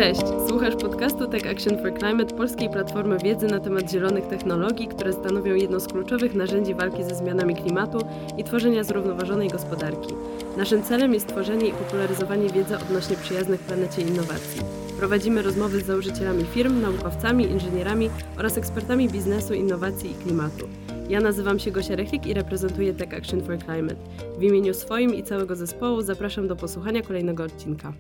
Cześć, słuchasz podcastu Tech Action for Climate, polskiej platformy wiedzy na temat zielonych technologii, które stanowią jedno z kluczowych narzędzi walki ze zmianami klimatu i tworzenia zrównoważonej gospodarki. Naszym celem jest tworzenie i popularyzowanie wiedzy odnośnie przyjaznych planecie innowacji. Prowadzimy rozmowy z założycielami firm, naukowcami, inżynierami oraz ekspertami biznesu, innowacji i klimatu. Ja nazywam się Gosia Rechlik i reprezentuję Tech Action for Climate. W imieniu swoim i całego zespołu zapraszam do posłuchania kolejnego odcinka.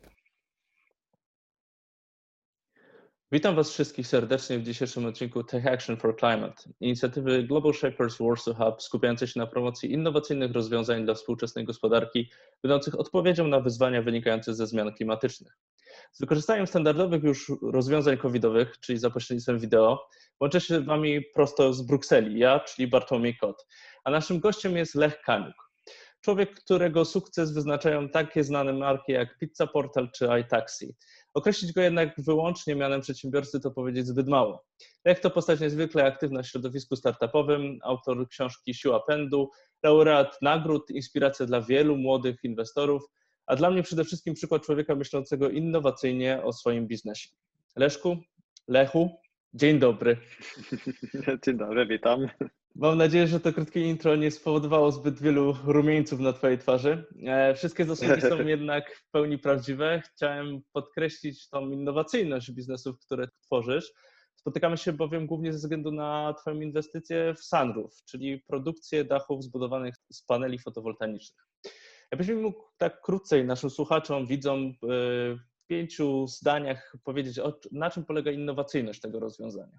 Witam Was wszystkich serdecznie w dzisiejszym odcinku Tech Action for Climate, inicjatywy Global Shapers Warsaw Hub skupiającej się na promocji innowacyjnych rozwiązań dla współczesnej gospodarki, będących odpowiedzią na wyzwania wynikające ze zmian klimatycznych. Z wykorzystaniem standardowych już rozwiązań covidowych, czyli za pośrednictwem wideo, łączę się z Wami prosto z Brukseli, ja, czyli Bartłomiej Kot, a naszym gościem jest Lech Kaniuk. Człowiek, którego sukces wyznaczają takie znane marki jak Pizza Portal czy iTaxi. Określić go jednak wyłącznie mianem przedsiębiorcy to powiedzieć zbyt mało. Lech to postać niezwykle aktywna w środowisku startupowym, autor książki Siła Pędu, laureat nagród, inspiracja dla wielu młodych inwestorów, a dla mnie przede wszystkim przykład człowieka myślącego innowacyjnie o swoim biznesie. Lechu, dzień dobry. Dzień dobry, witam. Mam nadzieję, że to krótkie intro nie spowodowało zbyt wielu rumieńców na Twojej twarzy. Wszystkie zasługi są jednak w pełni prawdziwe. Chciałem podkreślić tą innowacyjność biznesów, które tworzysz. Spotykamy się bowiem głównie ze względu na Twoją inwestycję w sunroof, czyli produkcję dachów zbudowanych z paneli fotowoltaicznych. Jakbyś mi mógł tak krócej naszym słuchaczom, widzom w 5 zdaniach powiedzieć, na czym polega innowacyjność tego rozwiązania?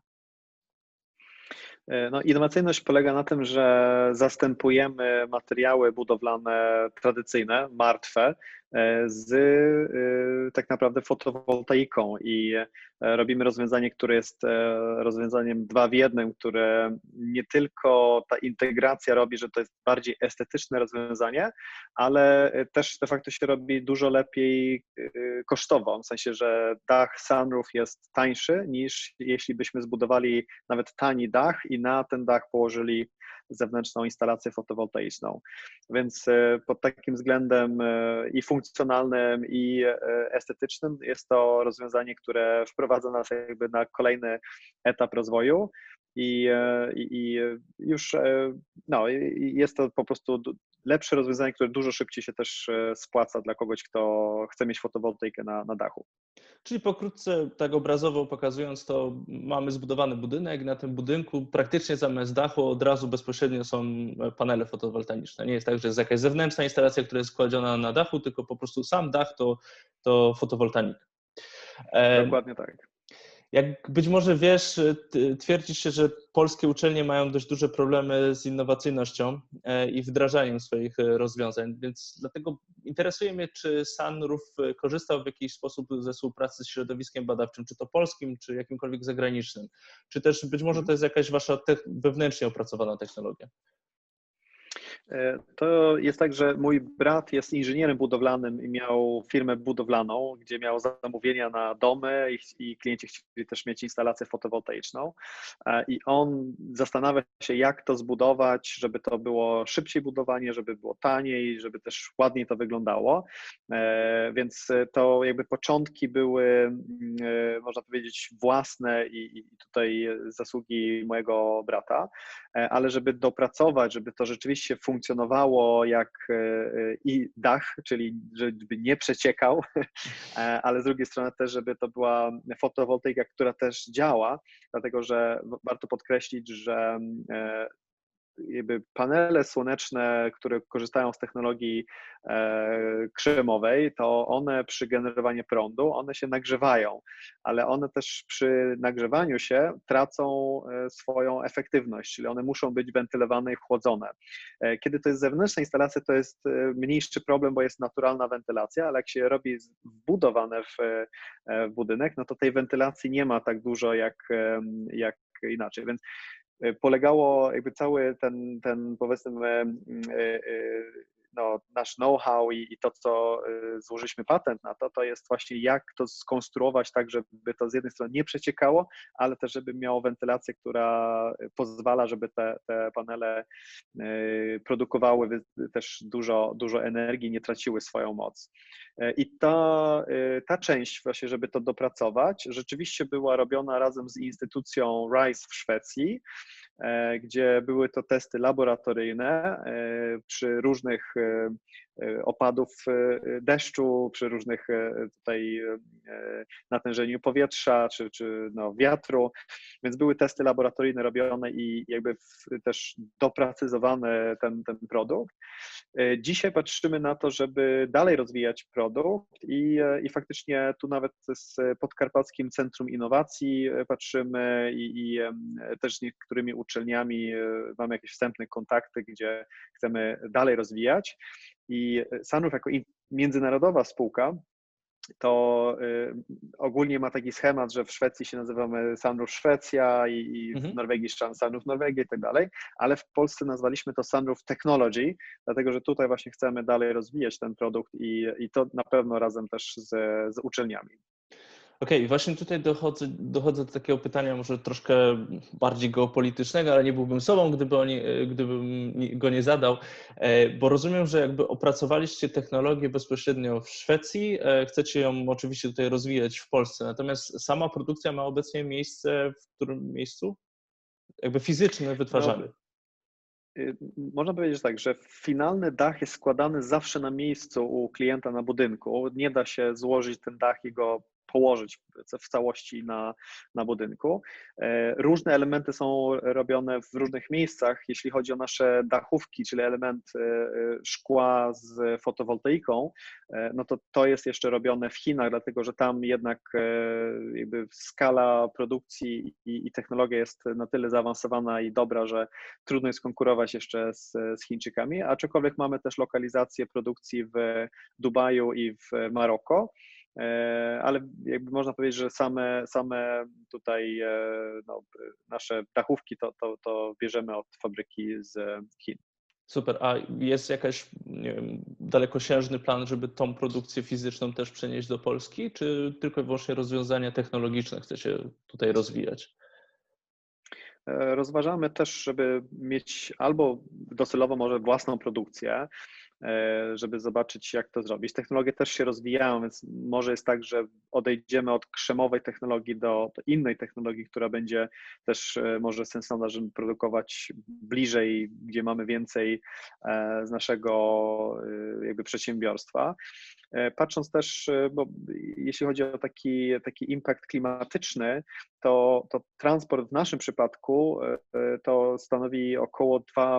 No, innowacyjność polega na tym, że zastępujemy materiały budowlane tradycyjne, martwe, z tak naprawdę fotowoltaiką i robimy rozwiązanie, które jest rozwiązaniem 2 w 1, które nie tylko ta integracja robi, że to jest bardziej estetyczne rozwiązanie, ale też de facto się robi dużo lepiej kosztowo, w sensie, że dach sunroof jest tańszy niż jeśli byśmy zbudowali nawet tani dach i na ten dach położyli zewnętrzną instalację fotowoltaiczną. Więc pod takim względem i funkcjonalnym, i estetycznym jest to rozwiązanie, które wprowadza nas jakby na kolejny etap rozwoju i już no, jest to po prostu lepsze rozwiązanie, które dużo szybciej się też spłaca dla kogoś, kto chce mieć fotowoltaikę na dachu. Czyli pokrótce, tak obrazowo pokazując to, mamy zbudowany budynek, na tym budynku praktycznie zamiast dachu od razu bezpośrednio są panele fotowoltaiczne. Nie jest tak, że jest jakaś zewnętrzna instalacja, która jest składziona na dachu, tylko po prostu sam dach to fotowoltaika. Dokładnie tak. Jak być może wiesz, twierdzi się, że polskie uczelnie mają dość duże problemy z innowacyjnością i wdrażaniem swoich rozwiązań, więc dlatego interesuje mnie, czy sunroof korzystał w jakiś sposób ze współpracy z środowiskiem badawczym, czy to polskim, czy jakimkolwiek zagranicznym, czy też być może to jest jakaś wasza wewnętrznie opracowana technologia? To jest tak, że mój brat jest inżynierem budowlanym i miał firmę budowlaną, gdzie miał zamówienia na domy i klienci chcieli też mieć instalację fotowoltaiczną. I on zastanawia się, jak to zbudować, żeby to było szybciej budowanie, żeby było taniej, żeby też ładniej to wyglądało. Więc to jakby początki były, można powiedzieć, własne i tutaj zasługi mojego brata, ale żeby dopracować, żeby to rzeczywiście funkcjonowało jak i dach, czyli żeby nie przeciekał, ale z drugiej strony też, żeby to była fotowoltaika, która też działa, dlatego że warto podkreślić, że jakby panele słoneczne, które korzystają z technologii krzemowej, to one przy generowaniu prądu, one się nagrzewają, ale one też przy nagrzewaniu się tracą swoją efektywność, czyli one muszą być wentylowane i chłodzone. Kiedy to jest zewnętrzna instalacja, to jest mniejszy problem, bo jest naturalna wentylacja, ale jak się robi wbudowane w budynek, no to tej wentylacji nie ma tak dużo jak inaczej, więc polegało jakby cały ten powiedzmy nasz know-how i to, co złożyliśmy patent na to, to jest właśnie jak to skonstruować tak, żeby to z jednej strony nie przeciekało, ale też żeby miało wentylację, która pozwala, żeby te panele produkowały też dużo energii, nie traciły swoją moc. I ta część właśnie, żeby to dopracować, rzeczywiście była robiona razem z instytucją RISE w Szwecji, gdzie były to testy laboratoryjne przy różnych opadów deszczu, przy różnych tutaj natężeniu powietrza czy wiatru, więc były testy laboratoryjne robione i jakby też doprecyzowany ten produkt. Dzisiaj patrzymy na to, żeby dalej rozwijać produkt i faktycznie tu nawet z Podkarpackim Centrum Innowacji patrzymy i też z niektórymi uczelniami mamy jakieś wstępne kontakty, gdzie chcemy dalej rozwijać. I Sunroof jako międzynarodowa spółka to ogólnie ma taki schemat, że w Szwecji się nazywamy Sunroof Szwecja i w Norwegii Sunroof Norwegia i tak dalej, ale w Polsce nazwaliśmy to Sunroof Technology, dlatego że tutaj właśnie chcemy dalej rozwijać ten produkt i to na pewno razem też z uczelniami. Okej, właśnie tutaj dochodzę do takiego pytania może troszkę bardziej geopolitycznego, ale nie byłbym sobą, gdybym go nie zadał, bo rozumiem, że jakby opracowaliście technologię bezpośrednio w Szwecji, chcecie ją oczywiście tutaj rozwijać w Polsce, natomiast sama produkcja ma obecnie miejsce w którym miejscu? Jakby fizyczne wytwarzanie. Można powiedzieć tak, że finalny dach jest składany zawsze na miejscu u klienta na budynku. Nie da się złożyć ten dach i go położyć w całości na budynku. Różne elementy są robione w różnych miejscach. Jeśli chodzi o nasze dachówki, czyli element szkła z fotowoltaiką, no to jest jeszcze robione w Chinach, dlatego że tam jednak jakby skala produkcji i technologia jest na tyle zaawansowana i dobra, że trudno jest konkurować jeszcze z Chińczykami, aczkolwiek mamy też lokalizację produkcji w Dubaju i w Maroko. Ale jakby można powiedzieć, że same tutaj nasze dachówki to bierzemy od fabryki z Chin. Super, a jest jakaś, nie wiem, dalekosiężny plan, żeby tą produkcję fizyczną też przenieść do Polski, czy tylko i wyłącznie rozwiązania technologiczne chcecie tutaj rozwijać? Rozważamy też, żeby mieć albo docelowo może własną produkcję, żeby zobaczyć, jak to zrobić. Technologie też się rozwijają, więc może jest tak, że odejdziemy od krzemowej technologii do innej technologii, która będzie też może sensowna, żeby produkować bliżej, gdzie mamy więcej z naszego jakby przedsiębiorstwa. Patrząc też, bo jeśli chodzi o taki impact klimatyczny, to transport w naszym przypadku to stanowi około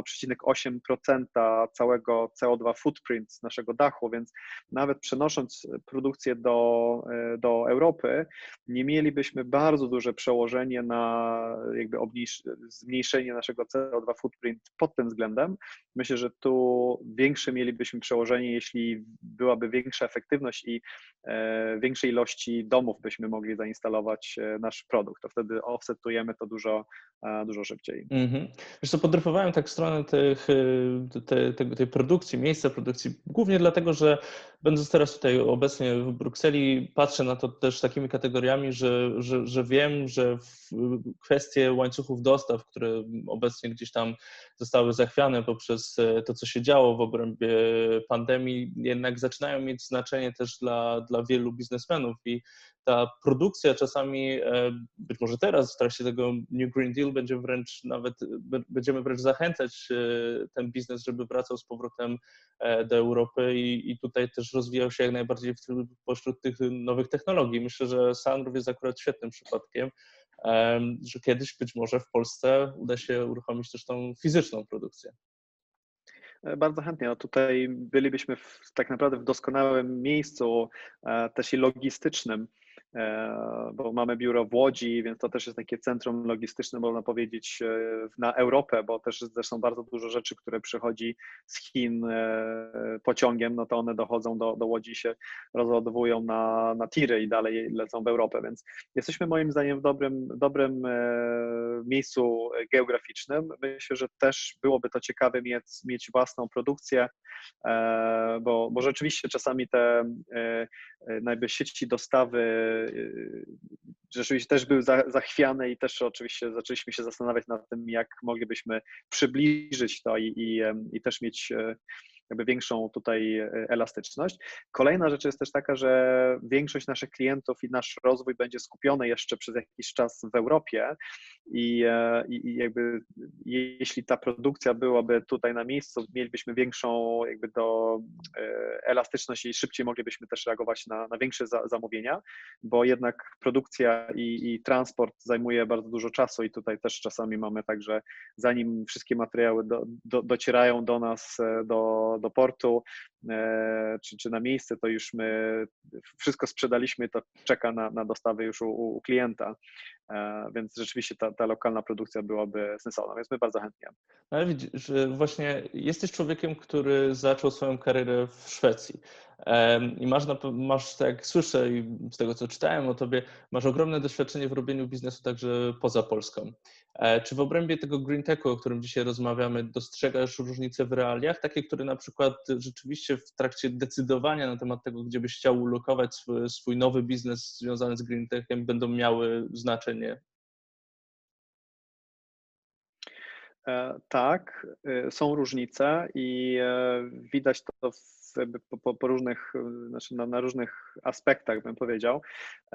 2,8% całego CO2 footprint z naszego dachu, więc nawet przenosząc produkcję do Europy, nie mielibyśmy bardzo duże przełożenie na jakby zmniejszenie naszego CO2 footprint pod tym względem. Myślę, że tu większe mielibyśmy przełożenie, jeśli byłaby większa efektywność i większej ilości domów byśmy mogli zainstalować nasz produkt. To wtedy offsetujemy to dużo szybciej. Wiesz co, podryfowałem tak stronę tej produkcji, miejsca produkcji, głównie dlatego, że będąc teraz tutaj obecnie w Brukseli, patrzę na to też takimi kategoriami, że wiem, że kwestie łańcuchów dostaw, które obecnie gdzieś tam zostały zachwiane poprzez to, co się działo w obrębie pandemii, jednak zaczynają mieć znaczenie też dla wielu biznesmenów i ta produkcja czasami, być może teraz w trakcie tego New Green Deal będziemy wręcz zachęcać ten biznes, żeby wracał z powrotem do Europy i tutaj też rozwijał się jak najbardziej pośród tych nowych technologii. Myślę, że Sunroof jest akurat świetnym przypadkiem, że kiedyś być może w Polsce uda się uruchomić też tą fizyczną produkcję. Bardzo chętnie. No tutaj bylibyśmy tak naprawdę w doskonałym miejscu, też i logistycznym, bo mamy biuro w Łodzi, więc to też jest takie centrum logistyczne, można powiedzieć, na Europę, bo też zresztą bardzo dużo rzeczy, które przychodzi z Chin pociągiem, no to one dochodzą do Łodzi, się rozładowują na tiry i dalej lecą w Europę, więc jesteśmy moim zdaniem w dobrym miejscu geograficznym. Myślę, że też byłoby to ciekawe mieć własną produkcję, bo rzeczywiście czasami te sieci dostawy rzeczywiście też były zachwiane i też oczywiście zaczęliśmy się zastanawiać nad tym, jak moglibyśmy przybliżyć to i też mieć jakby większą tutaj elastyczność. Kolejna rzecz jest też taka, że większość naszych klientów i nasz rozwój będzie skupiony jeszcze przez jakiś czas w Europie i jakby jeśli ta produkcja byłaby tutaj na miejscu, mielibyśmy większą jakby elastyczność i szybciej moglibyśmy też reagować na większe zamówienia, bo jednak produkcja i transport zajmuje bardzo dużo czasu i tutaj też czasami mamy tak, że zanim wszystkie materiały docierają do nas, do portu czy na miejsce, to już my wszystko sprzedaliśmy, to czeka na dostawę już u klienta, więc rzeczywiście ta lokalna produkcja byłaby sensowna, więc my bardzo chętnie. Ale widzisz, że właśnie jesteś człowiekiem, który zaczął swoją karierę w Szwecji i masz, tak jak słyszę i z tego, co czytałem o tobie, masz ogromne doświadczenie w robieniu biznesu także poza Polską. Czy w obrębie tego green techu, o którym dzisiaj rozmawiamy, dostrzegasz różnice w realiach, takie, które na przykład rzeczywiście w trakcie decydowania na temat tego, gdzie byś chciał ulokować swój nowy biznes związany z green techem, będą miały znaczenie? Tak, są różnice i widać to po różnych, znaczy na różnych aspektach, bym powiedział,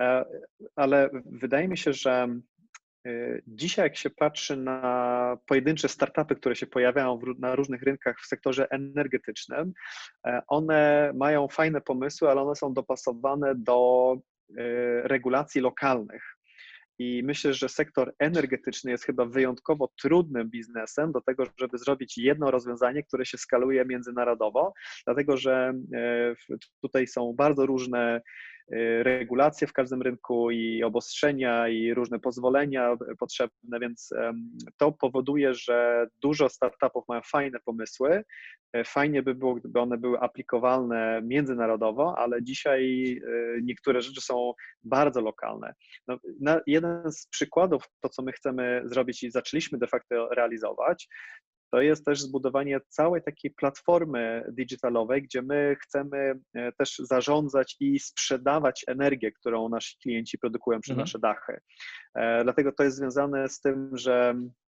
ale wydaje mi się, że dzisiaj jak się patrzy na pojedyncze startupy, które się pojawiają na różnych rynkach w sektorze energetycznym, one mają fajne pomysły, ale one są dopasowane do regulacji lokalnych. I myślę, że sektor energetyczny jest chyba wyjątkowo trudnym biznesem do tego, żeby zrobić jedno rozwiązanie, które się skaluje międzynarodowo, dlatego że tutaj są bardzo różne regulacje w każdym rynku i obostrzenia i różne pozwolenia potrzebne, więc to powoduje, że dużo startupów ma fajne pomysły. Fajnie by było, gdyby one były aplikowalne międzynarodowo, ale dzisiaj niektóre rzeczy są bardzo lokalne. No, jeden z przykładów, to co my chcemy zrobić i zaczęliśmy de facto realizować, to jest też zbudowanie całej takiej platformy digitalowej, gdzie my chcemy też zarządzać i sprzedawać energię, którą nasi klienci produkują przez nasze dachy. Dlatego to jest związane z tym, że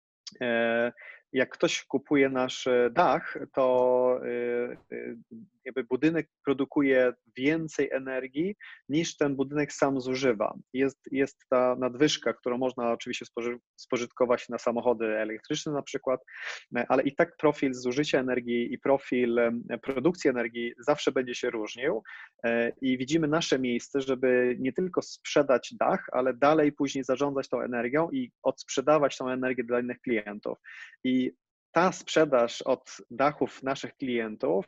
jak ktoś kupuje nasz dach, to jakby budynek produkuje więcej energii niż ten budynek sam zużywa. Jest ta nadwyżka, którą można oczywiście spożytkować na samochody elektryczne na przykład, ale i tak profil zużycia energii i profil produkcji energii zawsze będzie się różnił i widzimy nasze miejsce, żeby nie tylko sprzedać dach, ale dalej później zarządzać tą energią i odsprzedawać tą energię dla innych klientów. I ta sprzedaż od dachów naszych klientów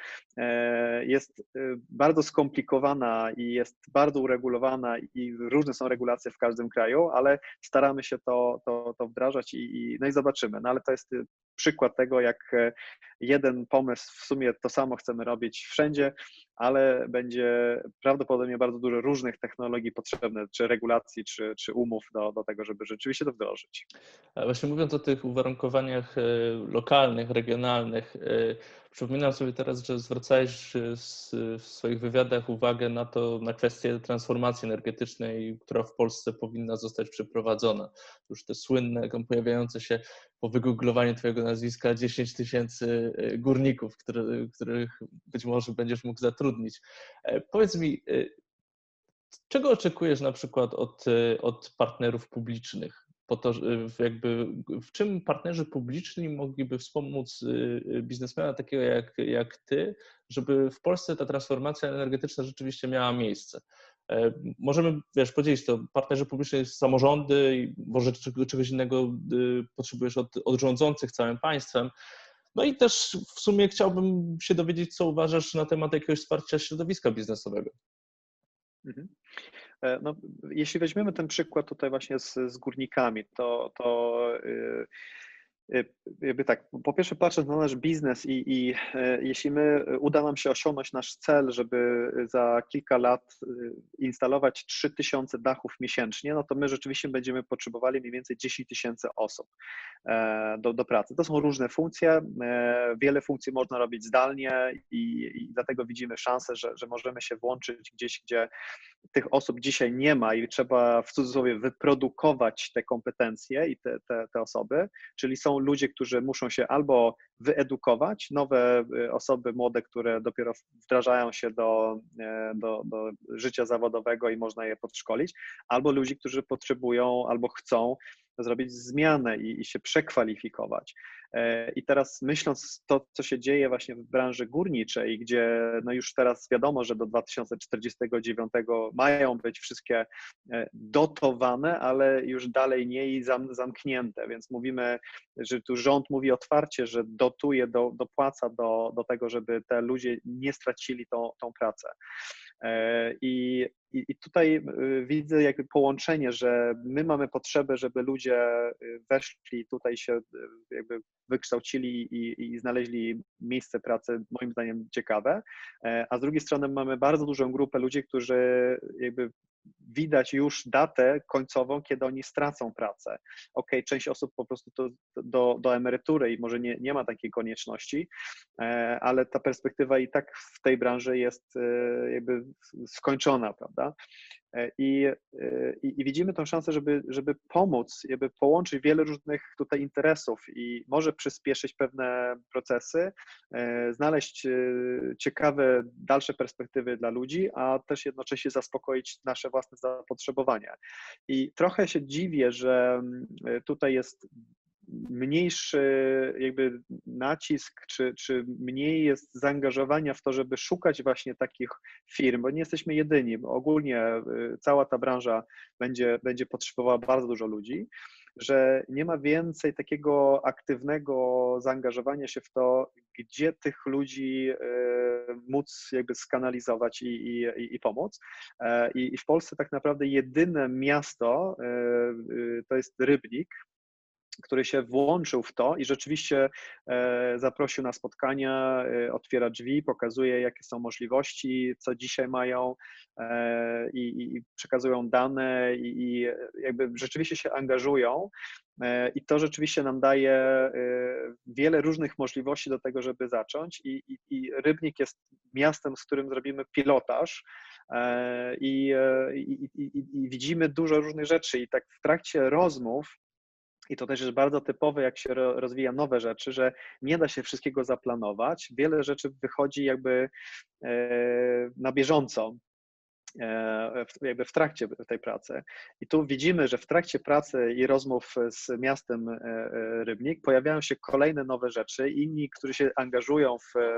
jest bardzo skomplikowana i jest bardzo uregulowana i różne są regulacje w każdym kraju, ale staramy się to wdrażać no i zobaczymy. No ale to jest przykład tego, jak jeden pomysł, w sumie to samo chcemy robić wszędzie, ale będzie prawdopodobnie bardzo dużo różnych technologii potrzebnych, czy regulacji, czy umów do tego, żeby rzeczywiście to wdrożyć. A właśnie mówiąc o tych uwarunkowaniach lokalnych, regionalnych, przypominam sobie teraz, że zwracałeś w swoich wywiadach uwagę na kwestię transformacji energetycznej, która w Polsce powinna zostać przeprowadzona. Już te słynne, pojawiające się po wygooglowaniu twojego nazwiska 10 000 górników, których być może będziesz mógł zatrudnić. Powiedz mi, czego oczekujesz na przykład od partnerów publicznych? Po to, jakby w czym partnerzy publiczni mogliby wspomóc biznesmena takiego jak ty, żeby w Polsce ta transformacja energetyczna rzeczywiście miała miejsce? Możemy, podzielić to, partnerzy publiczni, samorządy i może czegoś innego potrzebujesz od rządzących całym państwem. No i też w sumie chciałbym się dowiedzieć, co uważasz na temat jakiegoś wsparcia środowiska biznesowego. Mhm. No, jeśli weźmiemy ten przykład tutaj właśnie z górnikami, to jakby tak, po pierwsze patrząc na nasz biznes i jeśli uda nam się osiągnąć nasz cel, żeby za kilka lat instalować 3000 dachów miesięcznie, no to my rzeczywiście będziemy potrzebowali mniej więcej 10 000 osób do pracy. To są różne funkcje, wiele funkcji można robić zdalnie i dlatego widzimy szansę, że możemy się włączyć gdzieś, gdzie tych osób dzisiaj nie ma i trzeba w cudzysłowie wyprodukować te kompetencje i te osoby, czyli są ludzie, którzy muszą się albo wyedukować, nowe osoby młode, które dopiero wdrażają się do życia zawodowego i można je podszkolić, albo ludzi, którzy potrzebują albo chcą zrobić zmianę i się przekwalifikować. I teraz myśląc to, co się dzieje właśnie w branży górniczej, gdzie no już teraz wiadomo, że do 2049 mają być wszystkie dotowane, ale już dalej nie i zamknięte, więc mówimy, że tu rząd mówi otwarcie, że dotuje, dopłaca do tego, żeby te ludzie nie stracili tą pracę. I tutaj widzę jakby połączenie, że my mamy potrzebę, żeby ludzie weszli, tutaj się jakby wykształcili i znaleźli miejsce pracy, moim zdaniem ciekawe, a z drugiej strony mamy bardzo dużą grupę ludzi, którzy jakby widać już datę końcową, kiedy oni stracą pracę. Okej, część osób po prostu do emerytury i może nie ma takiej konieczności, ale ta perspektywa i tak w tej branży jest jakby skończona, prawda? I widzimy tą szansę, żeby pomóc, jakby połączyć wiele różnych tutaj interesów i może przyspieszyć pewne procesy, znaleźć ciekawe dalsze perspektywy dla ludzi, a też jednocześnie zaspokoić nasze własne zapotrzebowania. I trochę się dziwię, że tutaj jest mniejszy jakby nacisk, czy mniej jest zaangażowania w to, żeby szukać właśnie takich firm, bo nie jesteśmy jedyni, bo ogólnie cała ta branża będzie potrzebowała bardzo dużo ludzi, że nie ma więcej takiego aktywnego zaangażowania się w to, gdzie tych ludzi móc jakby skanalizować i pomóc. I w Polsce tak naprawdę jedyne miasto to jest Rybnik, który się włączył w to i rzeczywiście zaprosił na spotkania, otwiera drzwi, pokazuje, jakie są możliwości, co dzisiaj mają i przekazują dane i jakby rzeczywiście się angażują. I to rzeczywiście nam daje wiele różnych możliwości do tego, żeby zacząć. I Rybnik jest miastem, z którym zrobimy pilotaż i widzimy dużo różnych rzeczy. I tak w trakcie rozmów, i to też jest bardzo typowe, jak się rozwija nowe rzeczy, że nie da się wszystkiego zaplanować. Wiele rzeczy wychodzi jakby na bieżąco, jakby w trakcie tej pracy. I tu widzimy, że w trakcie pracy i rozmów z miastem Rybnik pojawiają się kolejne nowe rzeczy. Inni, którzy się angażują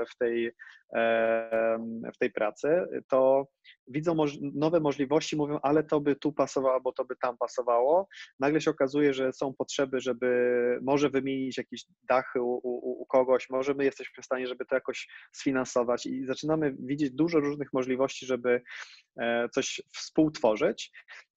w tej pracy, to widzą nowe możliwości, mówią, ale to by tu pasowało, bo to by tam pasowało. Nagle się okazuje, że są potrzeby, żeby może wymienić jakieś dachy u kogoś, może my jesteśmy w stanie, żeby to jakoś sfinansować i zaczynamy widzieć dużo różnych możliwości, żeby coś współtworzyć.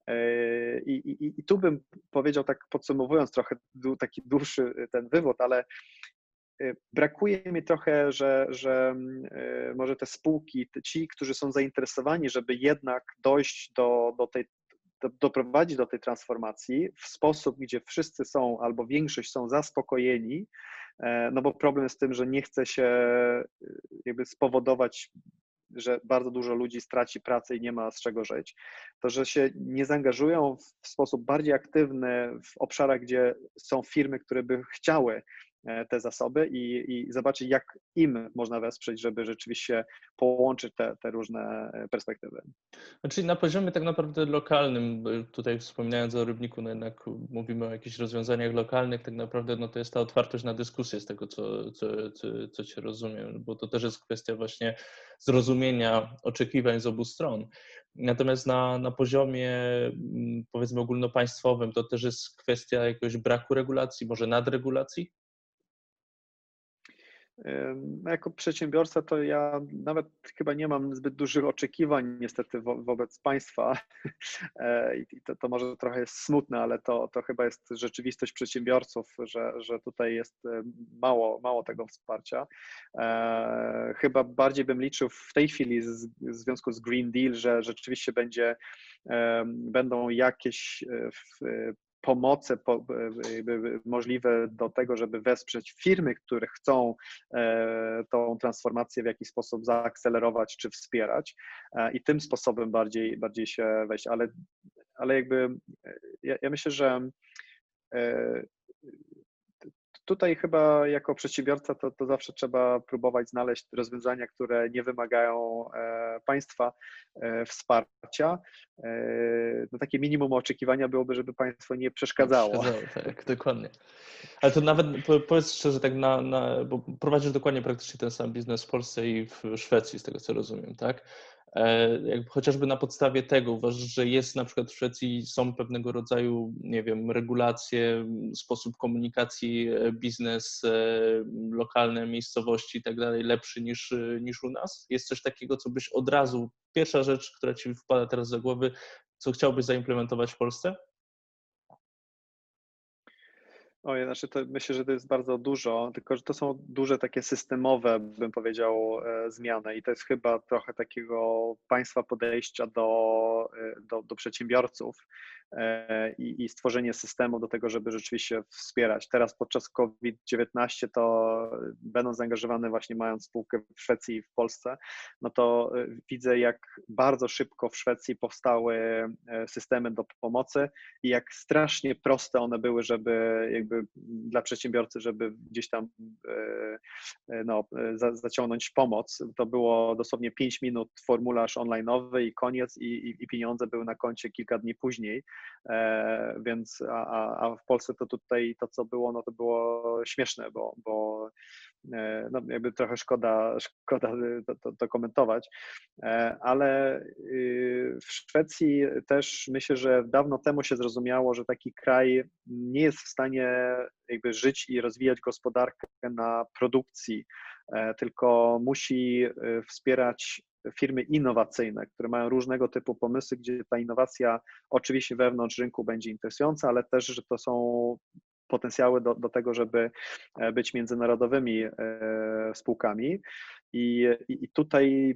I tu bym powiedział, tak podsumowując trochę, taki dłuższy ten wywód, ale brakuje mi trochę, że może te spółki, ci, którzy są zainteresowani, żeby jednak dojść doprowadzić do tej transformacji w sposób, gdzie wszyscy są albo większość są zaspokojeni, no bo problem jest z tym, że nie chce się jakby spowodować, że bardzo dużo ludzi straci pracę i nie ma z czego żyć, to że się nie zaangażują w sposób bardziej aktywny w obszarach, gdzie są firmy, które by chciały te zasoby i zobaczyć, jak im można wesprzeć, żeby rzeczywiście połączyć te różne perspektywy. Czyli na poziomie tak naprawdę lokalnym, tutaj wspominając o Rybniku, no jednak mówimy o jakichś rozwiązaniach lokalnych, tak naprawdę no to jest ta otwartość na dyskusję z tego, co Cię rozumiem, bo to też jest kwestia właśnie zrozumienia oczekiwań z obu stron. Natomiast na poziomie powiedzmy ogólnopaństwowym to też jest kwestia jakiegoś braku regulacji, może nadregulacji? Jako przedsiębiorca to ja nawet chyba nie mam zbyt dużych oczekiwań niestety wobec państwa. I to może trochę jest smutne, ale to chyba jest rzeczywistość przedsiębiorców, że tutaj jest mało tego wsparcia. Chyba bardziej bym liczył w tej chwili w związku z Green Deal, że rzeczywiście będą jakieś pomoce możliwe do tego, żeby wesprzeć firmy, które chcą tą transformację w jakiś sposób zaakcelerować czy wspierać i tym sposobem bardziej się wejść, ale jakby ja myślę, że tutaj chyba jako przedsiębiorca to zawsze trzeba próbować znaleźć rozwiązania, które nie wymagają państwa wsparcia. No takie minimum oczekiwania byłoby, żeby państwo nie przeszkadzało. Tak, dokładnie. Ale to nawet powiedz szczerze, tak bo prowadzisz dokładnie praktycznie ten sam biznes w Polsce i w Szwecji, z tego co rozumiem, tak? Chociażby na podstawie tego uważasz, że jest na przykład w Szwecji są pewnego rodzaju, nie wiem, regulacje, sposób komunikacji, biznes, lokalne miejscowości i tak dalej lepszy niż u nas? Jest coś takiego, co byś od razu, pierwsza rzecz, która ci wpada teraz do głowy, co chciałbyś zaimplementować w Polsce? Oj, znaczy to myślę, że to jest bardzo dużo, tylko że to są duże takie systemowe, bym powiedział, zmiany i to jest chyba trochę takiego państwa podejścia do przedsiębiorców i stworzenie systemu do tego, żeby rzeczywiście wspierać. Teraz podczas COVID-19 to będąc zaangażowany właśnie mając spółkę w Szwecji i w Polsce, no to widzę jak bardzo szybko w Szwecji powstały systemy do pomocy i jak strasznie proste one były, żeby jakby dla przedsiębiorcy, żeby gdzieś tam zaciągnąć pomoc. To było dosłownie 5 minut formularz online'owy i koniec i pieniądze były na koncie kilka dni później, więc a w Polsce to tutaj to co było, no to było śmieszne, bo no jakby trochę szkoda to komentować, ale w Szwecji też myślę, że dawno temu się zrozumiało, że taki kraj nie jest w stanie jakby żyć i rozwijać gospodarkę na produkcji, tylko musi wspierać firmy innowacyjne, które mają różnego typu pomysły, gdzie ta innowacja oczywiście wewnątrz rynku będzie interesująca, ale też, że to są potencjały do tego, żeby być międzynarodowymi spółkami. I tutaj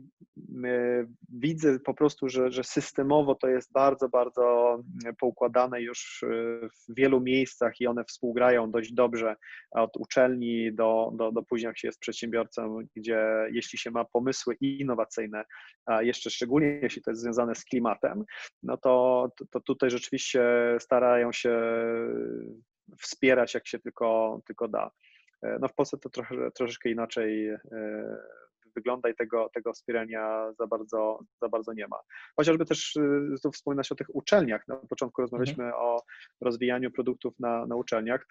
widzę po prostu, że systemowo to jest bardzo, bardzo poukładane już w wielu miejscach i one współgrają dość dobrze od uczelni do później jak się jest przedsiębiorcą, gdzie jeśli się ma pomysły innowacyjne, a jeszcze szczególnie jeśli to jest związane z klimatem, no to tutaj rzeczywiście starają się wspierać jak się tylko da. No w Polsce to troszeczkę inaczej wygląda i tego wspierania za bardzo nie ma. Chociażby też tu wspominać o tych uczelniach. Na początku rozmawialiśmy o rozwijaniu produktów na uczelniach,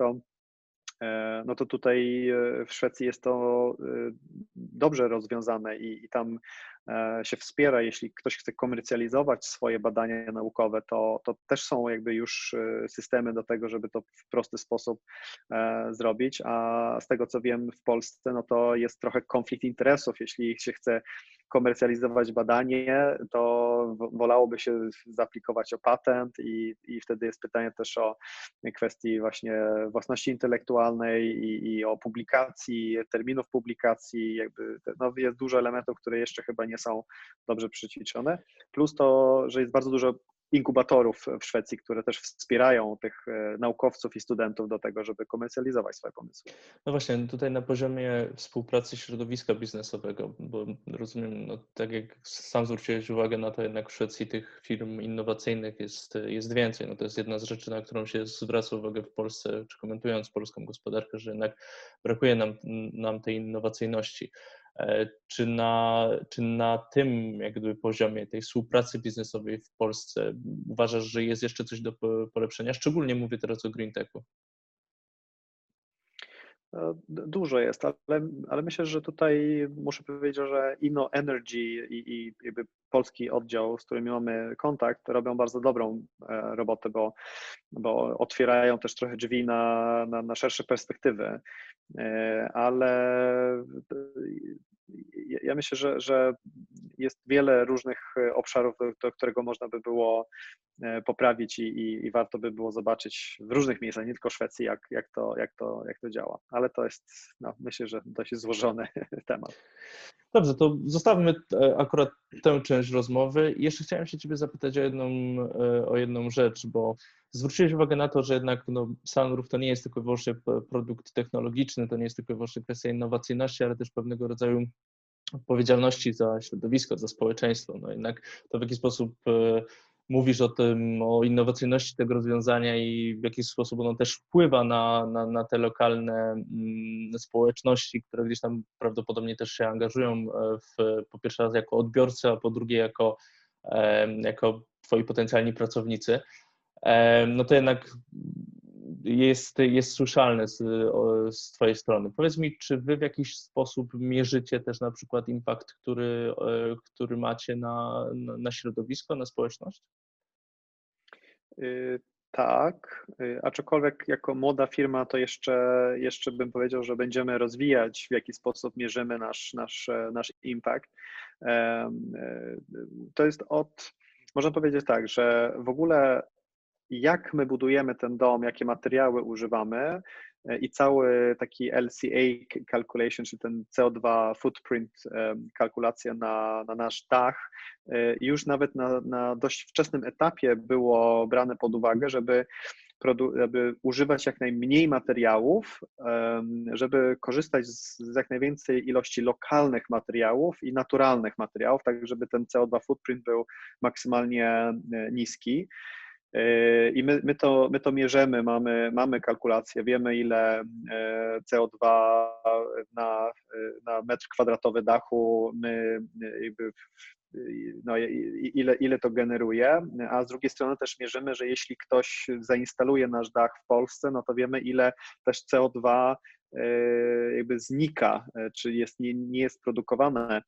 no to tutaj w Szwecji jest to dobrze rozwiązane i tam się wspiera, jeśli ktoś chce komercjalizować swoje badania naukowe, to też są jakby już systemy do tego, żeby to w prosty sposób zrobić, a z tego co wiem w Polsce, no to jest trochę konflikt interesów, jeśli się chce komercjalizować badanie, to wolałoby się zaaplikować o patent i wtedy jest pytanie też o kwestii właśnie własności intelektualnej i o publikacji, terminów publikacji, jakby no jest dużo elementów, które jeszcze chyba nie są dobrze przećwiczone, plus to, że jest bardzo dużo inkubatorów w Szwecji, które też wspierają tych naukowców i studentów do tego, żeby komercjalizować swoje pomysły. No właśnie, tutaj na poziomie współpracy środowiska biznesowego, bo rozumiem, no, tak jak sam zwróciłeś uwagę na to, jednak w Szwecji tych firm innowacyjnych jest więcej. No to jest jedna z rzeczy, na którą się zwraca uwagę w Polsce, czy komentując polską gospodarkę, że jednak brakuje nam tej innowacyjności. Czy na tym jakby poziomie tej współpracy biznesowej w Polsce uważasz, że jest jeszcze coś do polepszenia? Szczególnie mówię teraz o Green Techu. Dużo jest, ale myślę, że tutaj muszę powiedzieć, że InnoEnergy i jakby polski oddział, z którym mamy kontakt, robią bardzo dobrą robotę, bo otwierają też trochę drzwi na szersze perspektywy. ale ja myślę, że jest wiele różnych obszarów, do którego można by było poprawić i warto by było zobaczyć w różnych miejscach, nie tylko w Szwecji, jak to działa. Ale to jest, no, myślę, że dość złożony temat. Dobrze, to zostawmy akurat tę część rozmowy. I jeszcze chciałem się Ciebie zapytać o jedną rzecz, bo zwróciłeś uwagę na to, że jednak Sunroof to nie jest tylko i wyłącznie produkt technologiczny, to nie jest tylko i wyłącznie kwestia innowacyjności, ale też pewnego rodzaju odpowiedzialności za środowisko, za społeczeństwo. No jednak to, w jaki sposób mówisz o innowacyjności tego rozwiązania i w jaki sposób ono też wpływa na te lokalne społeczności, które gdzieś tam prawdopodobnie też się angażują po pierwsze raz jako odbiorcy, a po drugie jako twoi potencjalni pracownicy, no to jednak jest słyszalne z twojej strony. Powiedz mi, czy wy w jakiś sposób mierzycie też na przykład impact, który macie na środowisko, na społeczność? Tak, aczkolwiek jako młoda firma to jeszcze bym powiedział, że będziemy rozwijać, w jaki sposób mierzymy nasz impact. To jest można powiedzieć tak, że w ogóle jak my budujemy ten dom, jakie materiały używamy i cały taki LCA calculation, czy ten CO2 footprint, kalkulacja na nasz dach, już nawet na dość wczesnym etapie było brane pod uwagę, żeby używać jak najmniej materiałów, żeby korzystać z jak najwięcej ilości lokalnych materiałów i naturalnych materiałów, tak żeby ten CO2 footprint był maksymalnie niski. I my to mierzymy, mamy kalkulację, wiemy ile CO2 na metr kwadratowy dachu no, ile to generuje, a z drugiej strony też mierzymy, że jeśli ktoś zainstaluje nasz dach w Polsce, no to wiemy ile też CO2 znika, czy nie jest produkowane,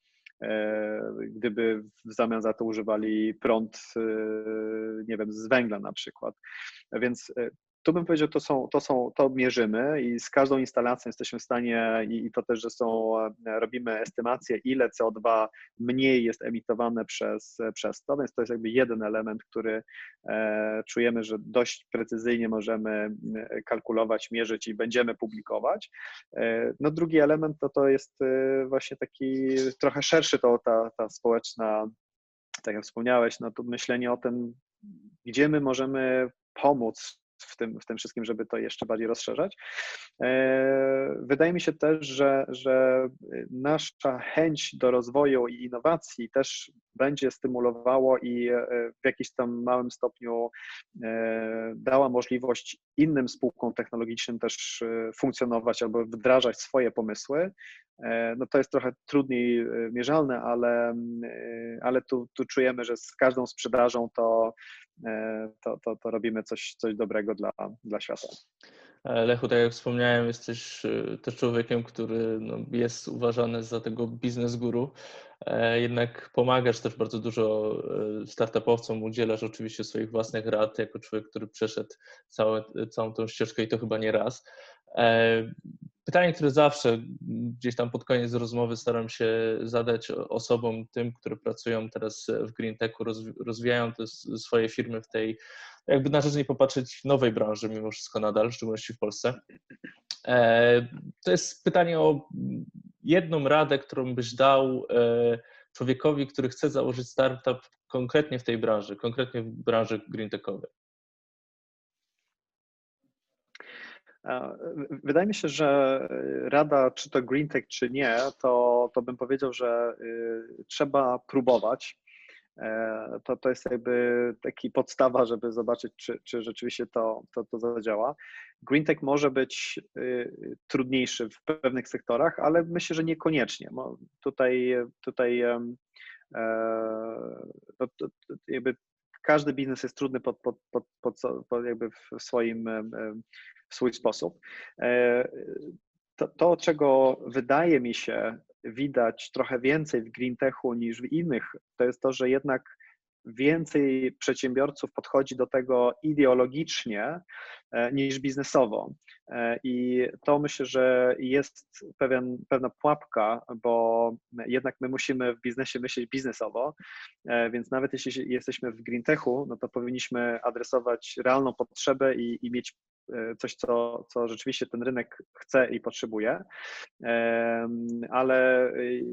gdyby w zamian za to używali prąd, nie wiem, z węgla na przykład. Więc tu bym powiedział, to mierzymy i z każdą instalacją jesteśmy w stanie, i to też, że robimy estymację, ile CO2 mniej jest emitowane przez to, więc to jest jakby jeden element, który czujemy, że dość precyzyjnie możemy kalkulować, mierzyć i będziemy publikować. No drugi element to jest właśnie taki trochę szerszy, ta społeczna, tak jak wspomniałeś, no to myślenie o tym, gdzie my możemy pomóc w tym wszystkim, żeby to jeszcze bardziej rozszerzać. Wydaje mi się też, że nasza chęć do rozwoju i innowacji też będzie stymulowało i w jakimś tam małym stopniu dała możliwość innym spółkom technologicznym też funkcjonować albo wdrażać swoje pomysły. No to jest trochę trudniej mierzalne, ale tu czujemy, że z każdą sprzedażą to robimy coś dobrego dla świata. Lechu, tak jak wspomniałem, jesteś też człowiekiem, który jest uważany za tego biznes guru, jednak pomagasz też bardzo dużo startupowcom, udzielasz oczywiście swoich własnych rad, jako człowiek, który przeszedł całą tą ścieżkę i to chyba nie raz. Pytanie, które zawsze gdzieś tam pod koniec rozmowy staram się zadać osobom, tym, które pracują teraz w GreenTechu, rozwijają te swoje firmy w tej, jakby na rzecz nie popatrzeć, nowej branży mimo wszystko nadal, w szczególności w Polsce. To jest pytanie o jedną radę, którą byś dał człowiekowi, który chce założyć startup konkretnie w tej branży, konkretnie w branży GreenTechowej. Wydaje mi się, że rada, czy to GreenTech, czy nie, to bym powiedział, że trzeba próbować. To jest jakby taki podstawa, żeby zobaczyć, czy rzeczywiście to zadziała. GreenTech może być trudniejszy w pewnych sektorach, ale myślę, że niekoniecznie. Tutaj jakby każdy biznes jest trudny jakby w swój sposób. To, czego wydaje mi się widać trochę więcej w GreenTechu niż w innych, to jest to, że jednak więcej przedsiębiorców podchodzi do tego ideologicznie niż biznesowo. I to myślę, że jest pewna pułapka, bo jednak my musimy w biznesie myśleć biznesowo, więc nawet jeśli jesteśmy w green techu, no to powinniśmy adresować realną potrzebę i mieć coś, co rzeczywiście ten rynek chce i potrzebuje, ale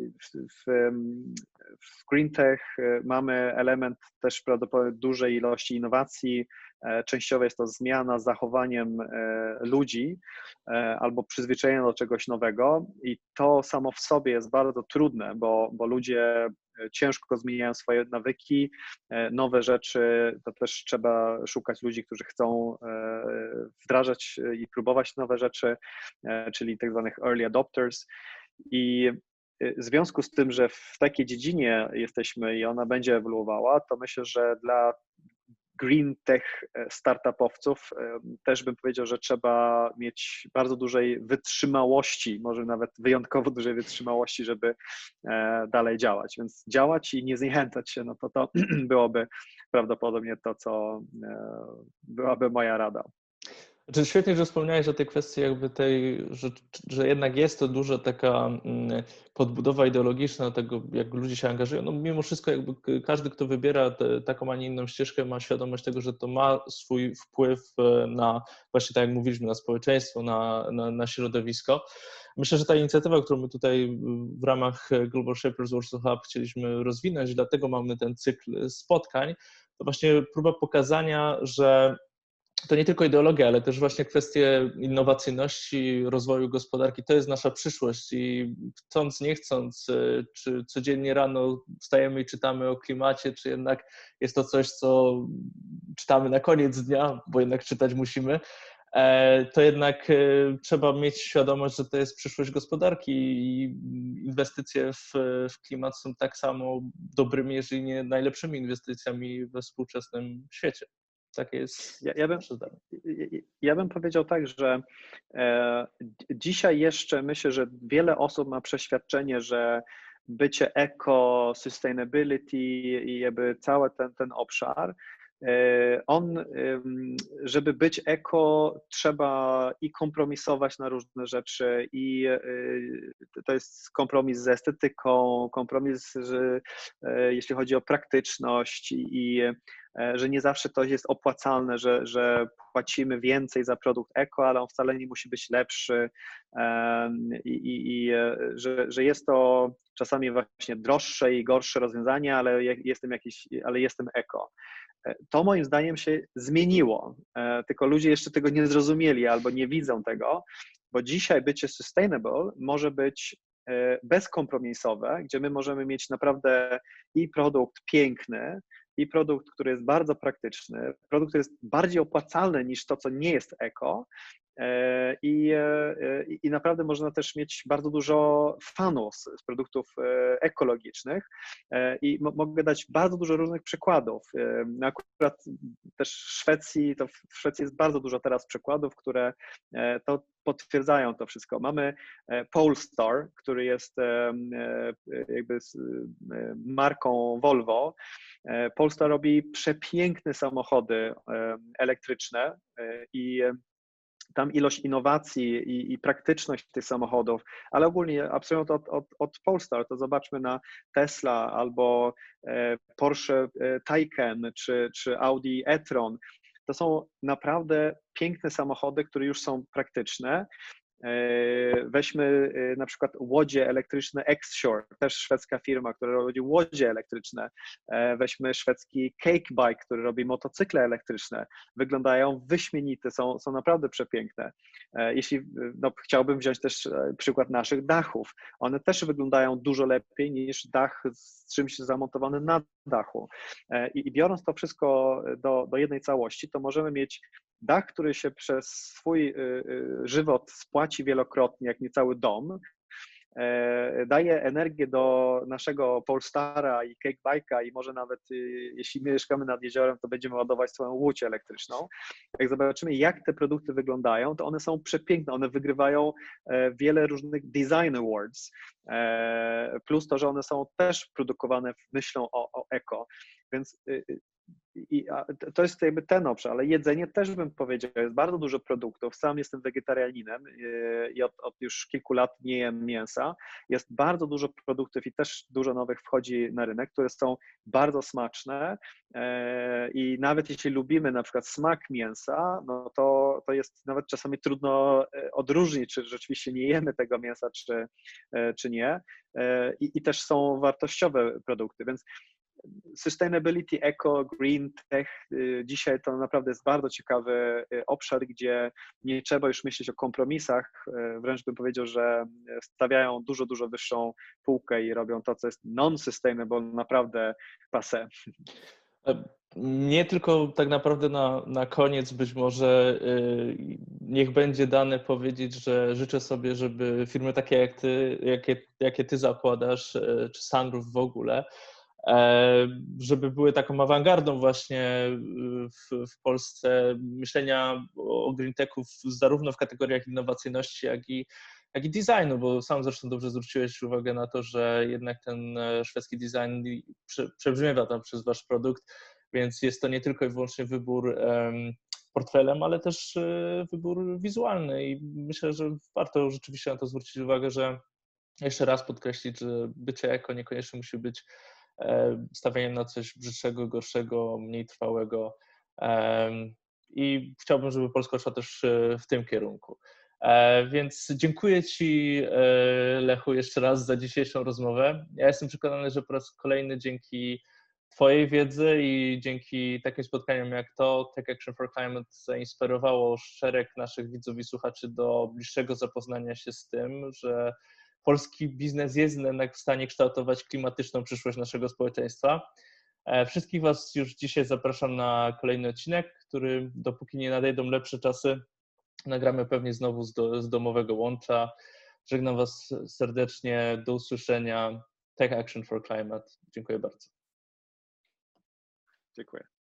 w green tech mamy element też prawdopodobnie dużej ilości innowacji. Częściowo jest to zmiana zachowaniem ludzi albo przyzwyczajenia do czegoś nowego i to samo w sobie jest bardzo trudne, bo ludzie ciężko zmieniają swoje nawyki, nowe rzeczy, to też trzeba szukać ludzi, którzy chcą wdrażać i próbować nowe rzeczy, czyli tak zwanych early adopters. I w związku z tym, że w takiej dziedzinie jesteśmy i ona będzie ewoluowała, to myślę, że dla green tech startupowców też bym powiedział, że trzeba mieć bardzo dużej wytrzymałości, może nawet wyjątkowo dużej wytrzymałości, żeby dalej działać. Więc działać i nie zniechęcać się, no to byłoby prawdopodobnie to, co byłaby moja rada. Znaczy, świetnie, że wspomniałeś o tej kwestii jakby tej, że jednak jest to duża taka podbudowa ideologiczna tego, jak ludzie się angażują. No mimo wszystko jakby każdy, kto wybiera taką, a nie inną ścieżkę, ma świadomość tego, że to ma swój wpływ na, właśnie tak jak mówiliśmy, na społeczeństwo, na środowisko. Myślę, że ta inicjatywa, którą my tutaj w ramach Global Shapers Warsaw Hub chcieliśmy rozwinąć, dlatego mamy ten cykl spotkań, to właśnie próba pokazania, że to nie tylko ideologia, ale też właśnie kwestie innowacyjności, rozwoju gospodarki, to jest nasza przyszłość i chcąc, nie chcąc, czy codziennie rano wstajemy i czytamy o klimacie, czy jednak jest to coś, co czytamy na koniec dnia, bo jednak czytać musimy, to jednak trzeba mieć świadomość, że to jest przyszłość gospodarki i inwestycje w klimat są tak samo dobrymi, jeżeli nie najlepszymi inwestycjami we współczesnym świecie. Takie jest nasze zdanie. Ja bym powiedział tak, że dzisiaj jeszcze myślę, że wiele osób ma przeświadczenie, że bycie eco, sustainability i jakby cały ten obszar, żeby być eko, trzeba i kompromisować na różne rzeczy i to jest kompromis z estetyką, kompromis, jeśli chodzi o praktyczność i że nie zawsze to jest opłacalne, że płacimy więcej za produkt eko, ale on wcale nie musi być lepszy i że jest to czasami właśnie droższe i gorsze rozwiązanie, ale jestem eko. To moim zdaniem się zmieniło, tylko ludzie jeszcze tego nie zrozumieli albo nie widzą tego, bo dzisiaj bycie sustainable może być bezkompromisowe, gdzie my możemy mieć naprawdę i produkt piękny, i produkt, który jest bardzo praktyczny, produkt, który jest bardziej opłacalny niż to, co nie jest eko, i naprawdę można też mieć bardzo dużo fanów z produktów ekologicznych i mogę dać bardzo dużo różnych przykładów. Akurat też w Szwecji jest bardzo dużo teraz przykładów, które to potwierdzają to wszystko. Mamy Polestar, który jest jakby marką Volvo. Polestar robi przepiękne samochody elektryczne i tam ilość innowacji i praktyczność tych samochodów, ale ogólnie abstrahując od Polestar, to zobaczmy na Tesla albo Porsche Taycan czy Audi e-tron. To są naprawdę piękne samochody, które już są praktyczne. Weźmy na przykład łodzie elektryczne X-Shore, też szwedzka firma, która robi łodzie elektryczne. Weźmy szwedzki Cake Bike, który robi motocykle elektryczne. Wyglądają wyśmienite, są naprawdę przepiękne. Chciałbym wziąć też przykład naszych dachów. One też wyglądają dużo lepiej niż dach z czymś zamontowanym na dachu. I biorąc to wszystko do jednej całości, to możemy mieć dach, który się przez swój żywot spłaci wielokrotnie, jak nie cały dom, daje energię do naszego Polestara i Cakebike'a i może nawet jeśli mieszkamy nad jeziorem, to będziemy ładować swoją łódź elektryczną. Jak zobaczymy, jak te produkty wyglądają, to one są przepiękne, one wygrywają wiele różnych design awards, plus to, że one są też produkowane myślą o eko, więc to jest jakby ten obszar, ale jedzenie też bym powiedział, jest bardzo dużo produktów. Sam jestem wegetarianinem i od już kilku lat nie jem mięsa. Jest bardzo dużo produktów i też dużo nowych wchodzi na rynek, które są bardzo smaczne i nawet jeśli lubimy na przykład smak mięsa, no to jest nawet czasami trudno odróżnić, czy rzeczywiście nie jemy tego mięsa, czy nie. I też są wartościowe produkty, więc sustainability, eco, green, tech, dzisiaj to naprawdę jest bardzo ciekawy obszar, gdzie nie trzeba już myśleć o kompromisach, wręcz bym powiedział, że stawiają dużo wyższą półkę i robią to, co jest non-sustainable, naprawdę passé. Nie tylko tak naprawdę na koniec być może niech będzie dane powiedzieć, że życzę sobie, żeby firmy takie jak ty, jakie ty zakładasz, czy Sunroof w ogóle, żeby były taką awangardą właśnie w Polsce myślenia o green techu zarówno w kategoriach innowacyjności, jak i designu, bo sam zresztą dobrze zwróciłeś uwagę na to, że jednak ten szwedzki design przebrzmiewa tam przez wasz produkt, więc jest to nie tylko i wyłącznie wybór portfelem, ale też wybór wizualny i myślę, że warto rzeczywiście na to zwrócić uwagę, że jeszcze raz podkreślić, że bycie eko niekoniecznie musi być stawianiem na coś brzydszego, gorszego, mniej trwałego i chciałbym, żeby Polska szła też w tym kierunku. Więc dziękuję Ci, Lechu, jeszcze raz za dzisiejszą rozmowę. Ja jestem przekonany, że po raz kolejny dzięki Twojej wiedzy i dzięki takim spotkaniom jak to Tech Action for Climate zainspirowało szereg naszych widzów i słuchaczy do bliższego zapoznania się z tym, że polski biznes jest jednak w stanie kształtować klimatyczną przyszłość naszego społeczeństwa. Wszystkich Was już dzisiaj zapraszam na kolejny odcinek, który dopóki nie nadejdą lepsze czasy, nagramy pewnie znowu z domowego łącza. Żegnam Was serdecznie, do usłyszenia. Tech Action for Climate. Dziękuję bardzo. Dziękuję.